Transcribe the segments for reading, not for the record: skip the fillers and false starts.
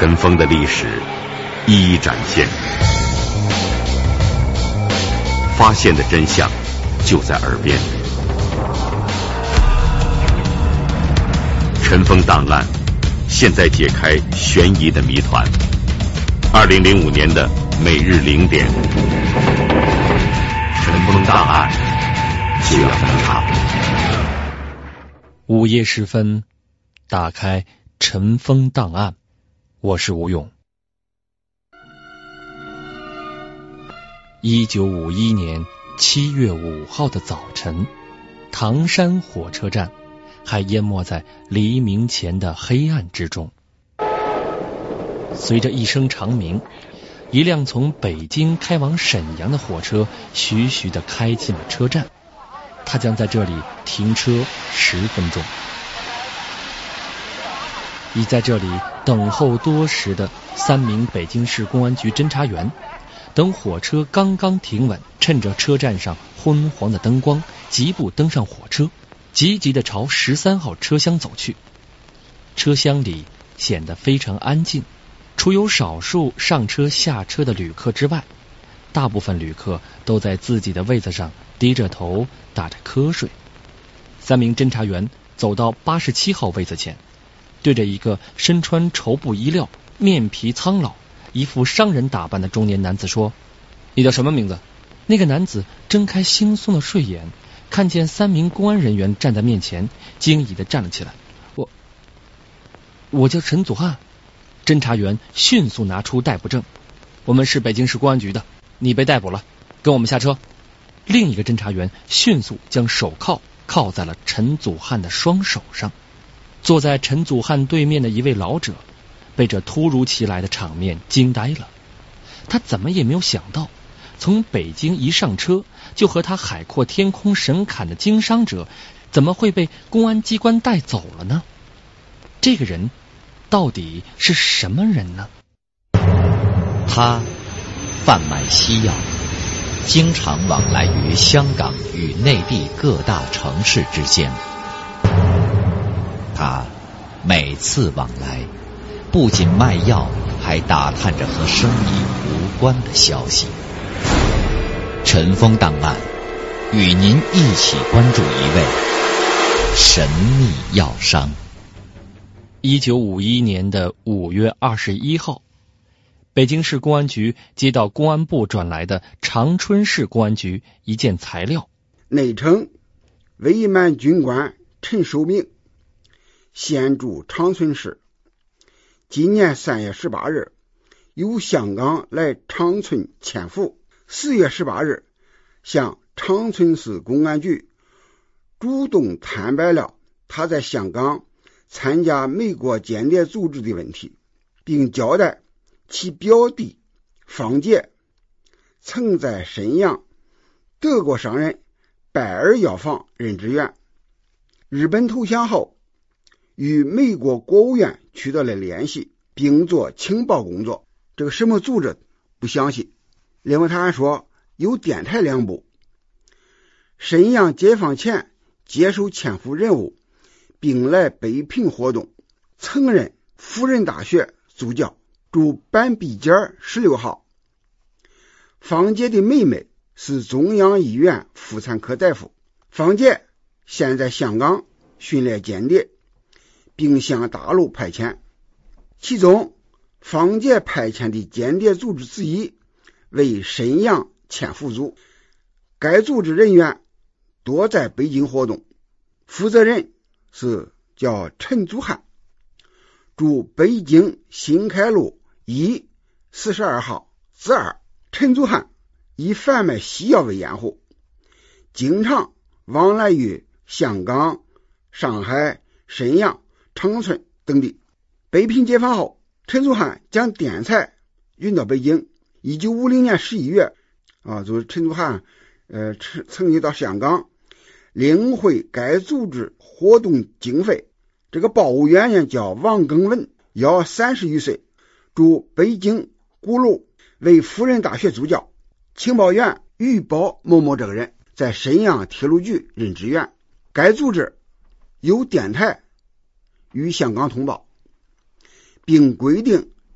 尘封的历史一一展现，发现的真相就在耳边。尘封档案，现在解开悬疑的谜团。2005年的每日0点，尘封档案就要登场。 午夜时分，打开尘封档案，我是吴勇。1951年7月5号的早晨，唐山火车站还淹没在黎明前的黑暗之中。随着一声长鸣，一辆从北京开往沈阳的火车徐徐地开进了车站，它将在这里停车10分钟。已在这里等候多时的3名北京市公安局侦查员，等火车刚刚停稳，趁着车站上昏黄的灯光，疾步登上火车，急急地朝13号车厢走去。车厢里显得非常安静，除有少数上车下车的旅客之外，大部分旅客都在自己的位子上低着头打着瞌睡。3名侦查员走到87号位子前，对着一个身穿绸布衣料、面皮苍老、一副商人打扮的中年男子说：“你叫什么名字？”那个男子睁开惺忪的睡眼，看见3名公安人员站在面前，惊疑地站了起来。我叫陈祖汉。侦查员迅速拿出逮捕证：“我们是北京市公安局的，你被逮捕了，跟我们下车。”另一个侦查员迅速将手铐铐在了陈祖汉的双手上。坐在陈祖汉对面的一位老者被这突如其来的场面惊呆了，他怎么也没有想到，从北京一上车就和他海阔天空神侃的经商者，怎么会被公安机关带走了呢？这个人到底是什么人呢？ 他贩卖西药，经常往来于香港与内地各大城市之间。他每次往来，不仅卖药，还打探着和生意无关的消息。尘封档案与您一起关注一位神秘药商。 1951年的5月21号，北京市公安局接到公安部转来的长春市公安局一件材料， 内称伪满军官陈守明，现住长春市，今年3月18日由香港来长春潜伏，4月18日向长春市公安局主动坦白了他在香港参加美国间谍组织的问题，并交代其表弟方杰曾在沈阳德国商人拜尔药房任职员，日本投降后与美国国务院取得了联系，并做情报工作。这个什么组织不详细。另外他还说有电台2部，沈阳解放前接受潜伏任务，并来北平活动，曾任辅仁大学助教，住板壁街16号。方杰的妹妹是中央医院妇产科大夫。方杰现在香港训练间谍，并向大陆派遣，其中方杰派遣的间谍组织之一为沈阳潜伏组，该组织人员多在北京活动，负责人是叫陈祖汉，住北京新开路1 42号之2。陈祖汉以贩卖西药为掩护，经常往来于香港、上海、沈阳、长春等地。北平解放后，陈祖汉将碘菜运到北京。1950年11月就是陈祖汉曾经到香港领会该组织活动经费。这个报务员呢叫王庚文，要30余岁，住北京鼓楼，为辅仁大学助教。情报员于宝某某这个人在沈阳铁路局任职员。该组织由电台与香港通报，并规定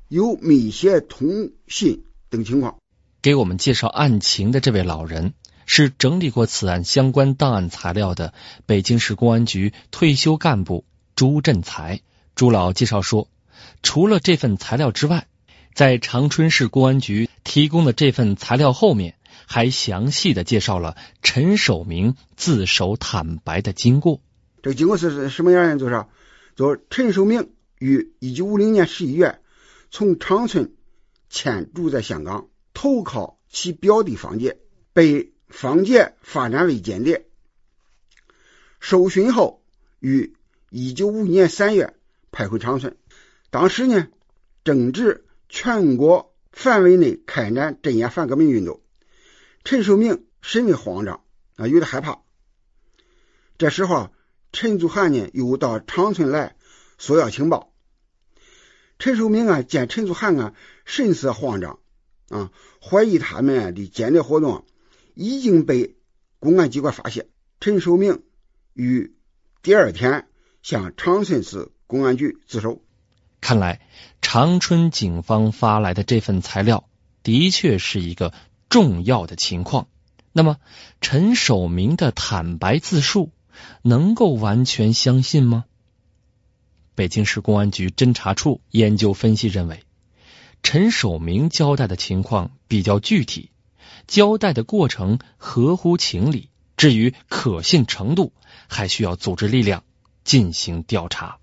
有密切通信等情况。 给我们介绍案情的这位老人是整理过此案相关档案材料的北京市公安局退休干部朱振才。朱老介绍说，除了这份材料之外，在长春市公安局提供的这份材料后面还详细的介绍了陈守明自首坦白的经过。 这个经过是什么样呢？就是陈守明于1950年11月从长春迁住在香港，投靠其表弟方杰，被方杰发展为间谍。受训后于1955年3月派回长春，当时呢正值全国范围内开展镇压反革命运动，陈守明甚为慌张有点害怕。这时候陈祖汉呢又到长春来索要情报。陈守明见陈祖汉神色慌张怀疑他们的间谍活动已经被公安机关发现。陈守明于第二天向长春市公安局自首。 看来长春警方发来的这份材料的确是一个重要的情况。那么陈守明的坦白自述能够完全相信吗？北京市公安局侦查处研究分析认为，陈守明交代的情况比较具体，交代的过程合乎情理，至于可信程度还需要组织力量进行调查。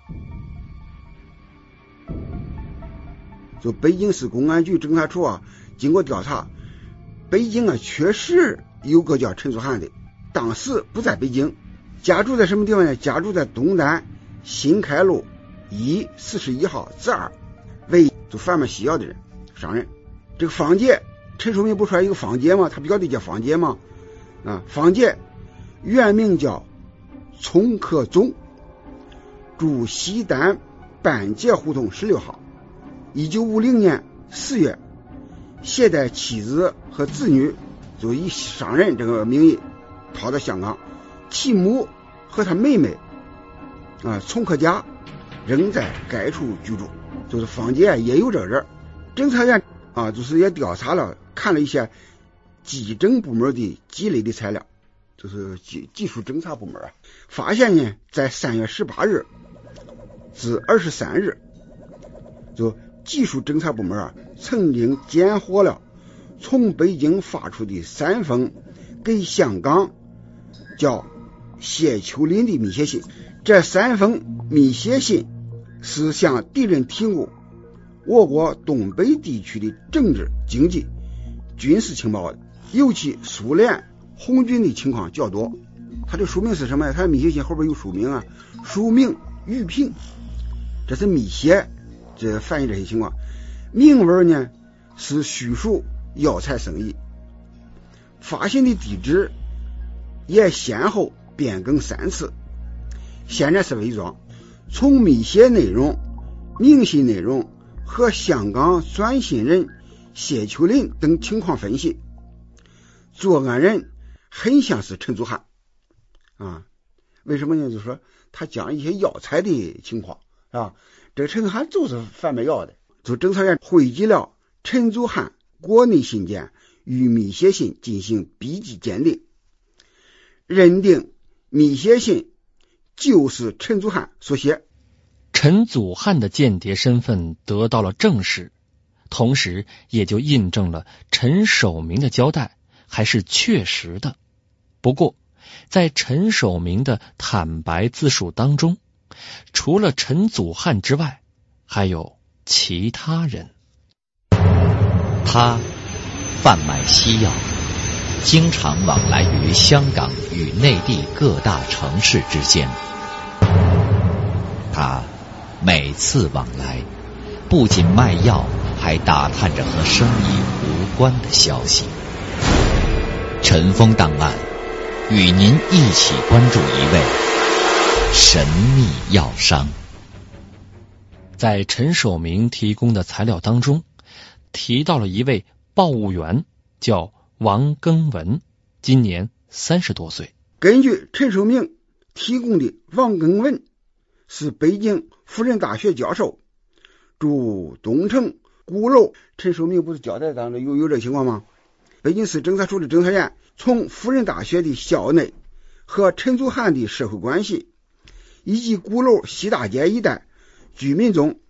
就北京市公安局侦查处经过调查，北京确实有个叫陈祖汉的，当时不在北京，家住在什么地方呢？家住在东单新开路141号子2，为就贩卖西药的人，商人。这个方杰，陈守明不说一个方杰吗？他表弟叫方杰吗？方杰原名叫丛克宗，住西单半截胡同16号。1950年4月，携带妻子和子女，就以商人这个名义逃到香港，其母和他妹妹丛克家仍在该处居住。就是方杰也有这个人。侦查员就是也调查了，看了一些技侦部门的积累的材料，就是技术侦查部门发现呢，在3月18日至23日，就技术侦查部门曾经检获了从北京发出的3封给香港叫谢秋林的密写信。这3封密写信是向敌人提供我国东北地区的政治、经济、军事情报的，尤其苏联红军的情况较多。他的署名是什么呀？他的密写信后边有署名署名于平，这是密写，这反映这些情况。明文呢是叙述药材生意，发信的地址也先后变更3次，显然是伪装。从密写内容、明细内容和香港转信人谢秋林等情况分析，作案人很像是陈祖汉为什么呢？就是说他讲一些药材的情况这个陈祖汉就是贩卖药的。就侦查员汇集了陈祖汉国内信件与密写信进行笔迹鉴定，认定密写信就是陈祖汉所写。 陈祖汉的间谍身份得到了证实，同时也就印证了陈守明的交代还是确实的。不过在陈守明的坦白自述当中，除了陈祖汉之外，还有其他人。 他贩卖西药，经常往来于香港与内地各大城市之间。他每次往来不仅卖药，还打探着和生意无关的消息。陈峰档案与您一起关注一位神秘药商。 在陈守明提供的材料当中，提到了一位报务员，叫王庚文，今年30多岁。 根据陈守明提供的，王庚文是北京辅仁大学教授， 住东城鼓楼。陈守明不是交代当中有这个情况吗？北京市侦查处的侦查员从辅仁大学的校内和陈祖汉的社会关系，以及鼓楼西大街一带居民中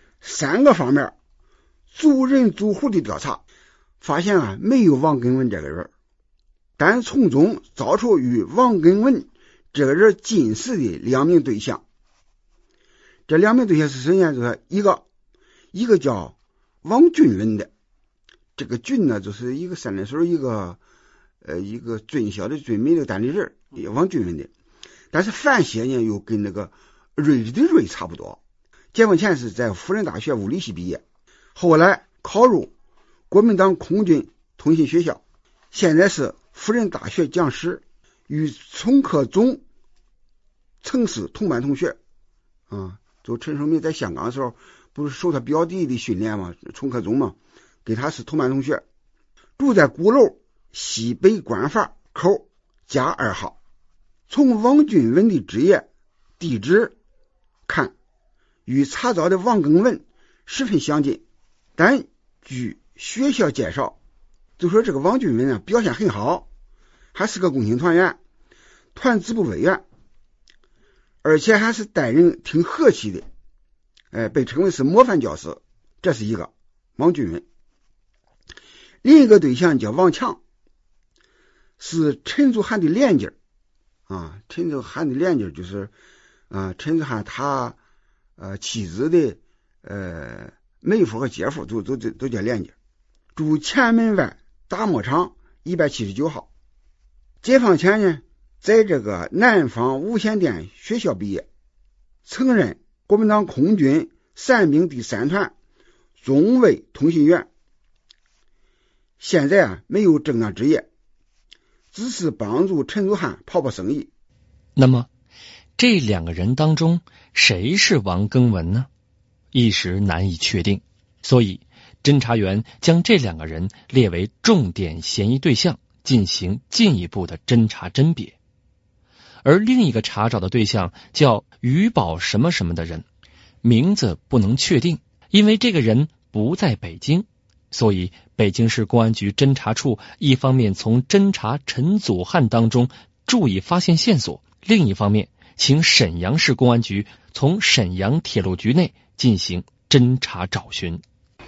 3个方面逐人逐户的调查，发现没有王根文这个人，但从中找出与王根文这个人近似的2名对象。这2名对象是谁呢？就是一个叫王俊文的，这个俊呢就是一个3点水一个俊小的俊美的单立人，王俊文的。但是范写呢又跟那个瑞的瑞差不多。解放前是在辅仁大学物理系毕业，后来考入国民党空军通信学校，现在是辅仁大学讲师，与丛克宗曾是同班同学就陈守明在香港的时候不是受他表弟的训练吗？丛克宗嘛，跟他是同班同学，住在鼓楼西北官阀口加2号。从王俊文的职业地址看，与查找的王根文十分相近，但据学校介绍，就说这个王俊文表现很好，还是个共青团员、团支部委员，而且还是待人挺和气的，被称为是模范教师。这是一个王俊文。另一个对象叫王强，是陈祖汉的连襟陈祖汉的连襟就是陈祖汉他妻子的妹夫和姐夫都叫连襟，住前门外大磨厂179号。解放前呢，在这个南方无线电学校毕业，曾任国民党空军伞兵第3团中尉通信员。现在没有正当职业，只是帮助陈祖汉跑生意。 那么这2个人当中谁是王根文呢？一时难以确定，所以侦查员将这2个人列为重点嫌疑对象，进行进一步的侦查甄别。而另一个查找的对象叫于宝什么什么的人，名字不能确定，因为这个人不在北京，所以北京市公安局侦查处一方面从侦查陈祖汉当中注意发现线索，另一方面请沈阳市公安局从沈阳铁路局内进行侦查找寻。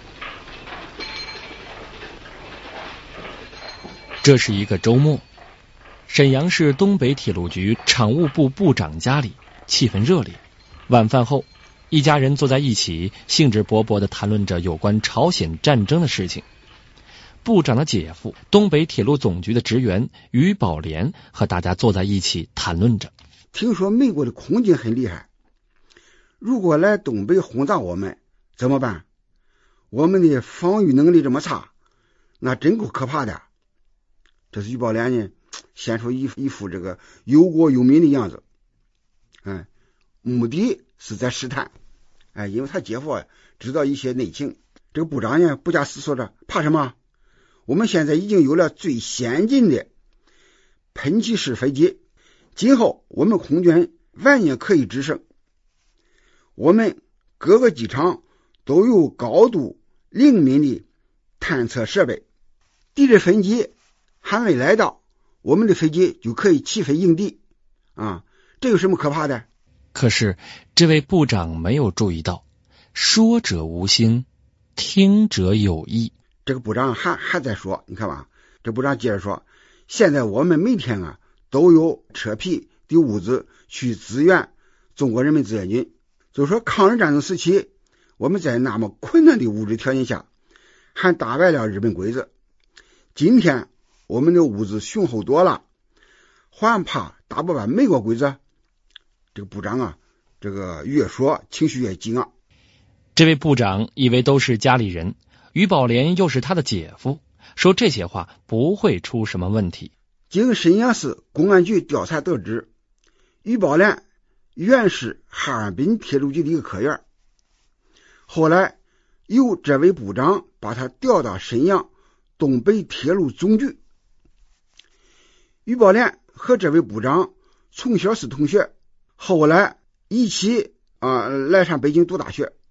这是一个周末，沈阳市东北铁路局常务部部长家里气氛热烈。晚饭后，一家人坐在一起，兴致勃勃地谈论着有关朝鲜战争的事情。部长的姐夫，东北铁路总局的职员于宝莲和大家坐在一起谈论着。 听说美国的空军很厉害，如果来东北轰炸我们怎么办？我们的防御能力这么差，那真够可怕的。这是于宝莲呢显出一副这个忧国忧民的样子，目的是在试探，因为他姐夫知道一些内情。这个部长呢不假思索着，怕什么？我们现在已经有了最先进的喷气式飞机，今后我们空军完全可以制胜。我们各个机场都有高度灵敏的探测设备，敌人飞机还没来到，我们的飞机就可以起飞迎敌这有什么可怕的？ 可是这位部长没有注意到，说者无心，听者有意。 这个部长还在说，你看吧，这部长接着说，现在我们每天都有车皮的物资去支援中国人民志愿军。就是说抗日战争时期，我们在那么困难的物质条件下还打败了日本鬼子，今天我们的物资雄厚多了，还怕打不败美国鬼子？这个部长这个越说情绪越激昂。 这位部长以为都是家里人，于宝莲又是他的姐夫，说这些话不会出什么问题。 经沈阳市公安局调查得知，于宝莲原是哈尔滨铁路局的一个科员，后来由这位部长把他调到沈阳东北铁路总局。于宝莲和这位部长从小是同学，后来一起来上北京读大学。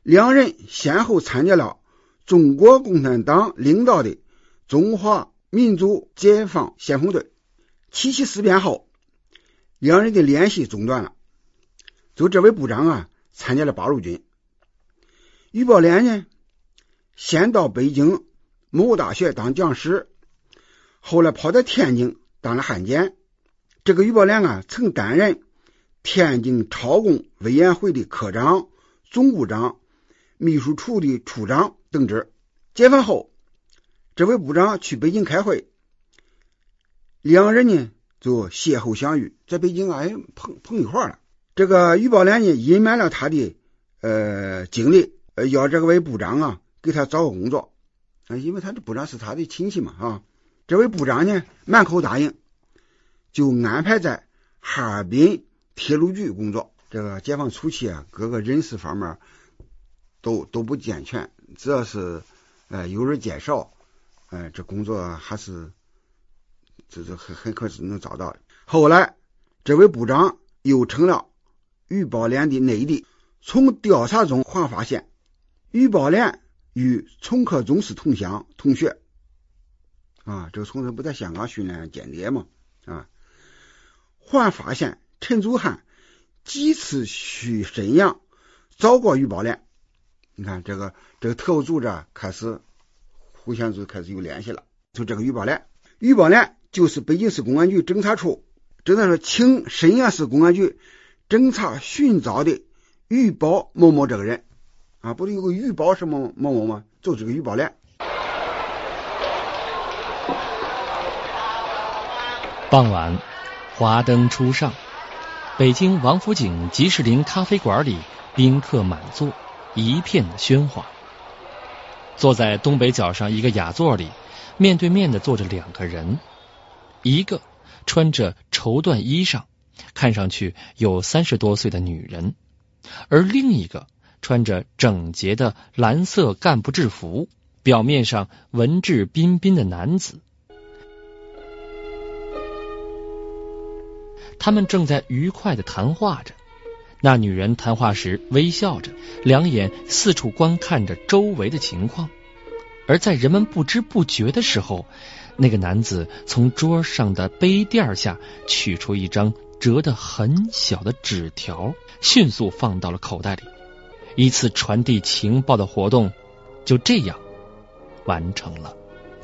两人先后参加了中国共产党领导的中华民族解放先锋队。七七事变后，两人的联系中断了。就这位部长参加了八路军。于宝莲呢，先到北京某大学当讲师，后来跑到天津当了汉奸。这个于宝莲曾担任天津朝贡委员会的科长、总务长、秘书处的处长等职。解放后，这位部长去北京开会，两人呢就邂逅相遇，在北京碰一块了。这个于宝莲呢隐瞒了他的经历，要这位部长给他找个工作，因为他的部长是他的亲戚嘛这位部长呢满口答应，就安排在哈尔滨铁路局工作。这个解放初期各个人事方面都不健全，只要是有人介绍，这工作还是很可能找到的。后来这位部长又成了于宝莲的内弟。从调查中还发现于宝莲与丛克宗是同学这个丛克不在香港训练间谍嘛还发现陈祖汉几次去沈阳找过于宝莲。你看这个特务组织开始互相就开始有联系了。就这个于宝莲就是北京市公安局侦查处请沈阳市公安局侦查寻找的于宝某某这个人不是有个于宝什么某某吗？就这个于宝莲。 傍晚，华灯初上，北京王府井集士林咖啡馆里宾客满座，一片的喧哗。坐在东北角上一个雅座里，面对面的坐着两个人，一个穿着绸缎衣裳，看上去有30多岁的女人，而另一个穿着整洁的蓝色干部制服，表面上文质彬彬的男子。他们正在愉快地谈话着，那女人谈话时微笑着，两眼四处观看着周围的情况。而在人们不知不觉的时候，那个男子从桌上的杯垫下取出一张折得很小的纸条，迅速放到了口袋里。一次传递情报的活动就这样完成了。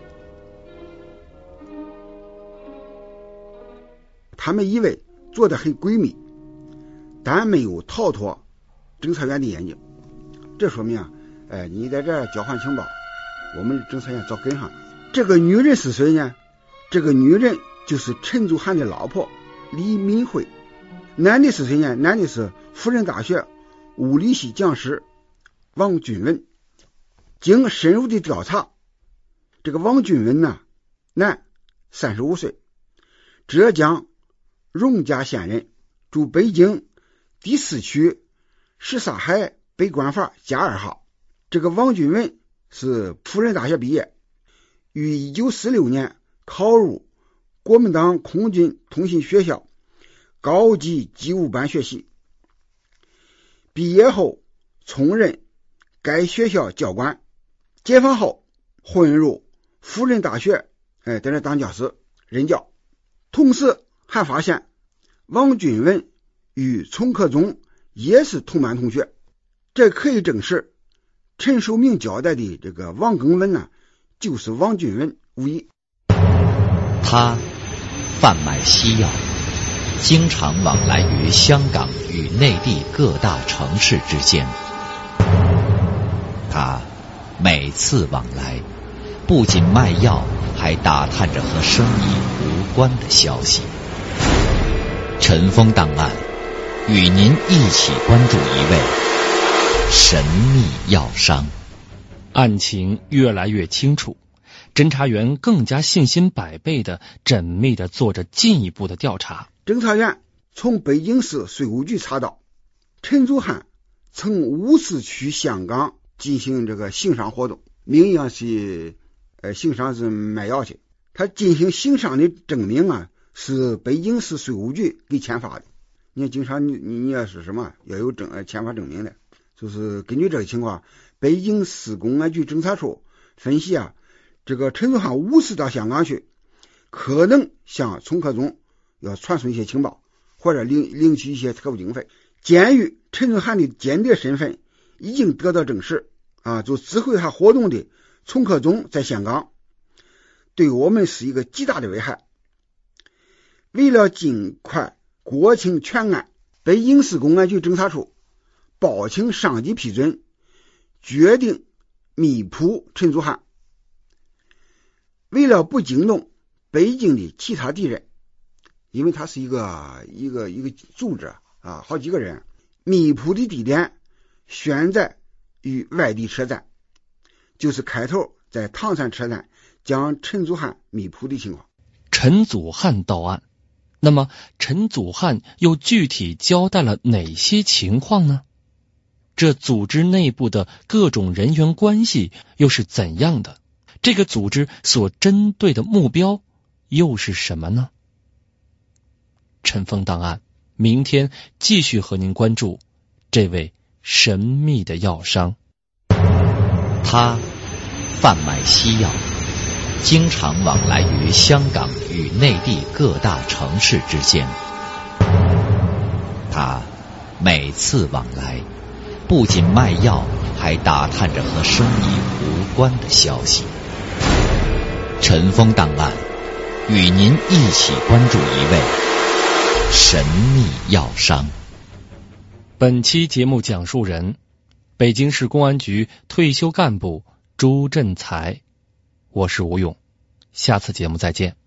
他们以为做得很诡秘，但没有逃脱侦查员的眼睛。这说明你在这交换情报，我们侦查员早跟上。这个女人是谁呢？这个女人就是陈祖汉的老婆李敏慧。男的是谁呢？男的是辅仁大学物理系讲师王俊文。经深入的调查，这个王俊文男，35岁，浙江荣家县人，住北京第4区什刹海北关阀甲2号。这个王俊文是辅仁大学毕业，于1946年考入国民党空军通信学校高级机务班学习，毕业后充任该学校教官。解放后混入辅仁大学在这当教师任教。同时还发现王俊文与丛克宗也是同班同学，这可以证实陈守明交代的这个王庚文就是王俊文无疑。 他贩卖西药，经常往来于香港与内地各大城市之间。他每次往来不仅卖药，还打探着和生意无关的消息。尘封档案与您一起关注一位神秘药商。 案情越来越清楚，侦查员更加信心百倍的缜密的做着进一步的调查。 侦查员从北京市税务局查到，陈祖汉曾5次去香港进行这个行商活动，名义上是行商是卖药去。他进行行商的证明是北京市税务局给签发的。你经常你要是什么要有签发证明的， 就是根据这个情况，北京市公安局侦查处分析这个陈祖汉误死到香港去，可能向丛克宗要传送一些情报，或者领取一些特务经费。鉴于陈祖汉的间谍身份已经得到证实就指挥他活动的丛克宗在香港，对我们是一个极大的危害。为了尽快国情全案，北京市公安局侦查处报请上级批准，决定密捕陈祖汉。为了不惊动北京的其他敌人，因为他是一个组织好几个人，密捕的地点选在于外地车站，就是开头在唐山车站将陈祖汉密捕的情况。 陈祖汉到案，那么陈祖汉又具体交代了哪些情况呢？这组织内部的各种人员关系又是怎样的？这个组织所针对的目标又是什么呢？尘封档案明天继续和您关注这位神秘的药商。 他贩卖西药，经常往来于香港与内地各大城市之间。他每次往来不仅卖药，还打探着和生意无关的消息。尘封档案与您一起关注一位神秘药商。 本期节目讲述人，北京市公安局退休干部朱振才。我是吴勇，下次节目再见。